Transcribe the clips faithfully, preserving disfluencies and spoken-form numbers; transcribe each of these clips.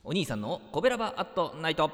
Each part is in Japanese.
お兄さんのコベラバアットナイト。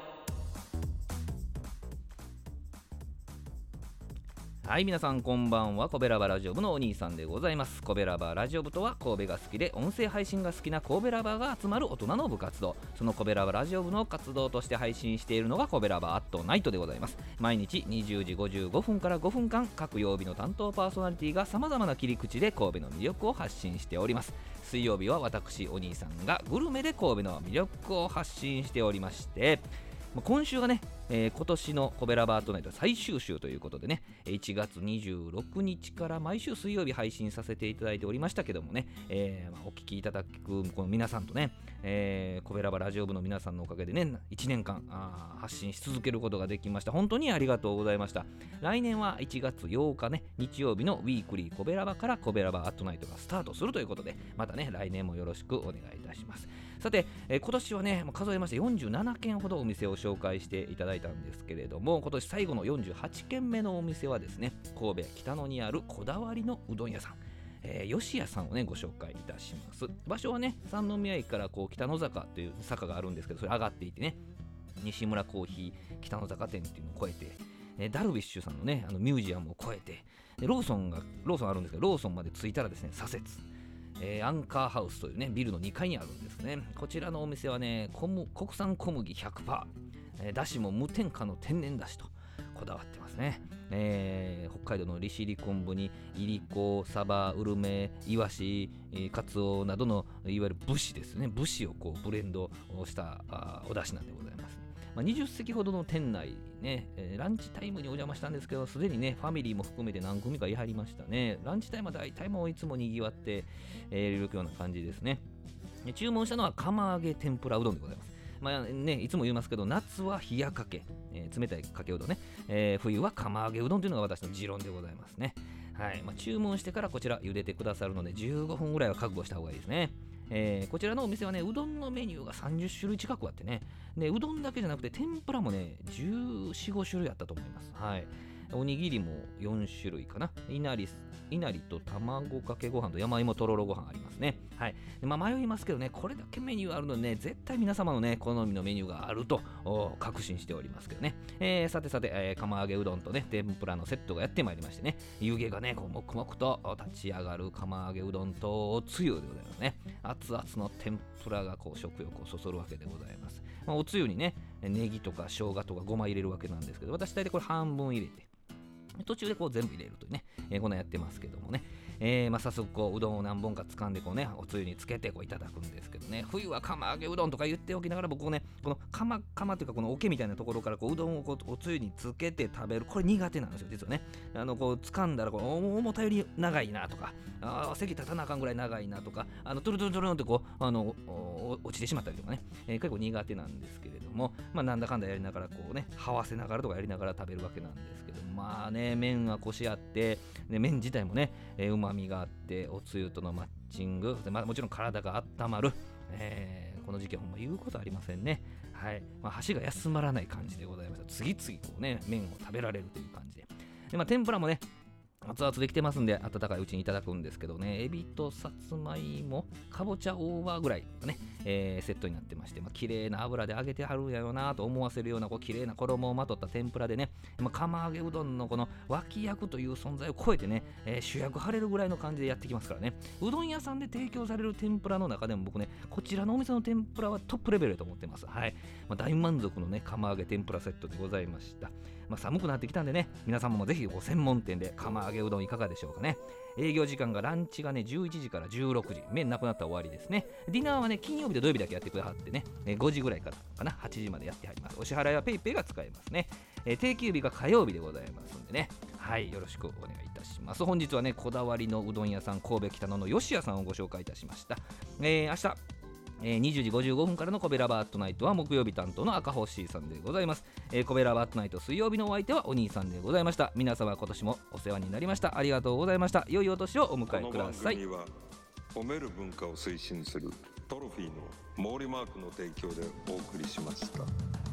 はい、皆さんこんばんは。コベラバラジオ部のお兄さんでございます。コベラバラジオ部とは、神戸が好きで音声配信が好きな神戸ラバーが集まる大人の部活動。そのコベラバラジオ部の活動として配信しているのがコベラバアットナイトでございます。毎日にじゅうじごじゅうごふんからごふんかん、各曜日の担当パーソナリティが様々な切り口で神戸の魅力を発信しております。水曜日は私お兄さんがグルメで神戸の魅力を発信しておりまして、今週がね、えー、今年のコベラバートナイト最終週ということでね、いちがつにじゅうろくにちから毎週水曜日配信させていただいておりましたけどもね、えーまあ、お聞きいただくこの皆さんとね、えー、コベラバラジオ部の皆さんのおかげでね、いちねんかんあ発信し続けることができました。本当にありがとうございました。来年はいちがつようかね、日曜日のウィークリーコベラバからコベラバアットナイトがスタートするということで、またね来年もよろしくお願いいたします。さて、えー、今年はね数えましてよんじゅうななけんほどお店を紹介していただいたんですけれども、今年最後のよんじゅうはちけんめのお店はですね、神戸北野にあるこだわりのうどん屋さん、えー、吉屋さんをねご紹介いたします。場所はね三宮駅からこう北野坂という坂があるんですけど、それ上がっていってね、西村コーヒー北野坂店っていうのを越えて、えー、ダルビッシュさんのねあのミュージアムを越えて、でローソンがローソンあるんですけど、ローソンまで着いたらですね左折、えー、アンカーハウスというねビルのにかいにあるんですね。こちらのお店はね小む国産小麦 ひゃくパーセント、えー、だしも無添加の天然だしとこだわってますね。えー、北海道の利尻昆布にいりこ、サバ、ウルメ、イワシ、カツオなどのいわゆる節ですね、節をこうブレンドしたお出汁なんでございます。まあ、にじゅっせきほどの店内ね、えー、ランチタイムにお邪魔したんですけど、すでにねファミリーも含めて何組かいはりましたね。ランチタイムは大体もういつもにぎわっている、えー、ような感じですね。注文したのは釜揚げ天ぷらうどんでございます。まあね、いつも言いますけど、夏は冷やかけ、えー、冷たいかけうどんね、えー、冬は釜揚げうどんというのが私の持論でございますね。はい、まあ、注文してからこちら茹でてくださるのでじゅうごふんぐらいは覚悟した方がいいですね。えー、こちらのお店はねうどんのメニューがさんじゅっしゅるい近くあってね、でうどんだけじゃなくて天ぷらもねじゅうよん、ごしゅるいあったと思います。はい、おにぎりもよんしゅるいかな。いなりいなりと卵かけご飯と山芋とろろご飯ありますね。はい、でまあ、迷いますけどね、これだけメニューあるのでね、絶対皆様のね好みのメニューがあると確信しておりますけどね。えー、さてさて、えー、釜揚げうどんとね天ぷらのセットがやってまいりましてね、湯気がねこう黙々と立ち上がる釜揚げうどんとおつゆでございますね。熱々の天ぷらがこう食欲をそそるわけでございます。まあ、おつゆにねネギとか生姜とかごま入れるわけなんですけど、私大体これ半分入れて途中でこう全部入れるというね、えー、こんなやってますけどもね、えーまあ、早速こううどんを何本か掴んでこうねおつゆにつけてこういただくんですけどね、冬は釜揚げうどんとか言っておきながら、僕ねこの釜釜というかこの桶みたいなところからこううどんをこうおつゆにつけて食べる、これ苦手なんですよ実はね。あのこう掴んだらこう思ったより長いなとか、あ席立たなあかんぐらい長いなとか、あのトゥルトゥルトゥルンってこうあの落ちてしまったりとかね、えー、結構苦手なんですけれども、まあなんだかんだやりながらこうねはわせながらとかやりながら食べるわけなんですけど、まあね麺はコシあって、で麺自体もねうまみがあって、おつゆとのマッチングで、まあ、もちろん体が温まる、えー、この時期はほんま言うことありませんね。はい、まあ、箸が休まらない感じでございました。次々こうね麺を食べられるという感じで、で、まあ、天ぷらもね熱々できてますんで温かいうちにいただくんですけどね、エビとさつまいもかぼちゃオーバーぐらいのね、えー、セットになってまして、まあ、綺麗な油で揚げてはるんやろうなと思わせるようなこう綺麗な衣をまとった天ぷらでね、まあ、釜揚げうどんのこの脇役という存在を超えてね、えー、主役張れるぐらいの感じでやってきますからね。うどん屋さんで提供される天ぷらの中でも僕ねこちらのお店の天ぷらはトップレベルだと思ってます。はい、まあ、大満足のね釜揚げ天ぷらセットでございました。まあ、寒くなってきたんでね、皆様もぜひご専門店で釜揚げうどんいかがでしょうかね。営業時間がランチがねじゅういちじからじゅうろくじ、麺なくなったら終わりですね。ディナーはね金曜日と土曜日だけやってくださってね、ごじぐらいからかなはちじまでやってはります。お支払いはペイペイが使えますね。えー、定休日が火曜日でございますんでね、はいよろしくお願いいたします。本日はねこだわりのうどん屋さん神戸北野の吉屋さんをご紹介いたしました。えー、明日えー、にじゅうじごじゅうごふんからのコベラバートナイトは木曜日担当の赤星さんでございます。えー、コベラバートナイト水曜日のお相手はお兄さんでございました。皆様今年もお世話になりました。ありがとうございました。良いお年をお迎えください。 この番組は褒める文化を推進するトロフィーの毛利マークの提供でお送りしました。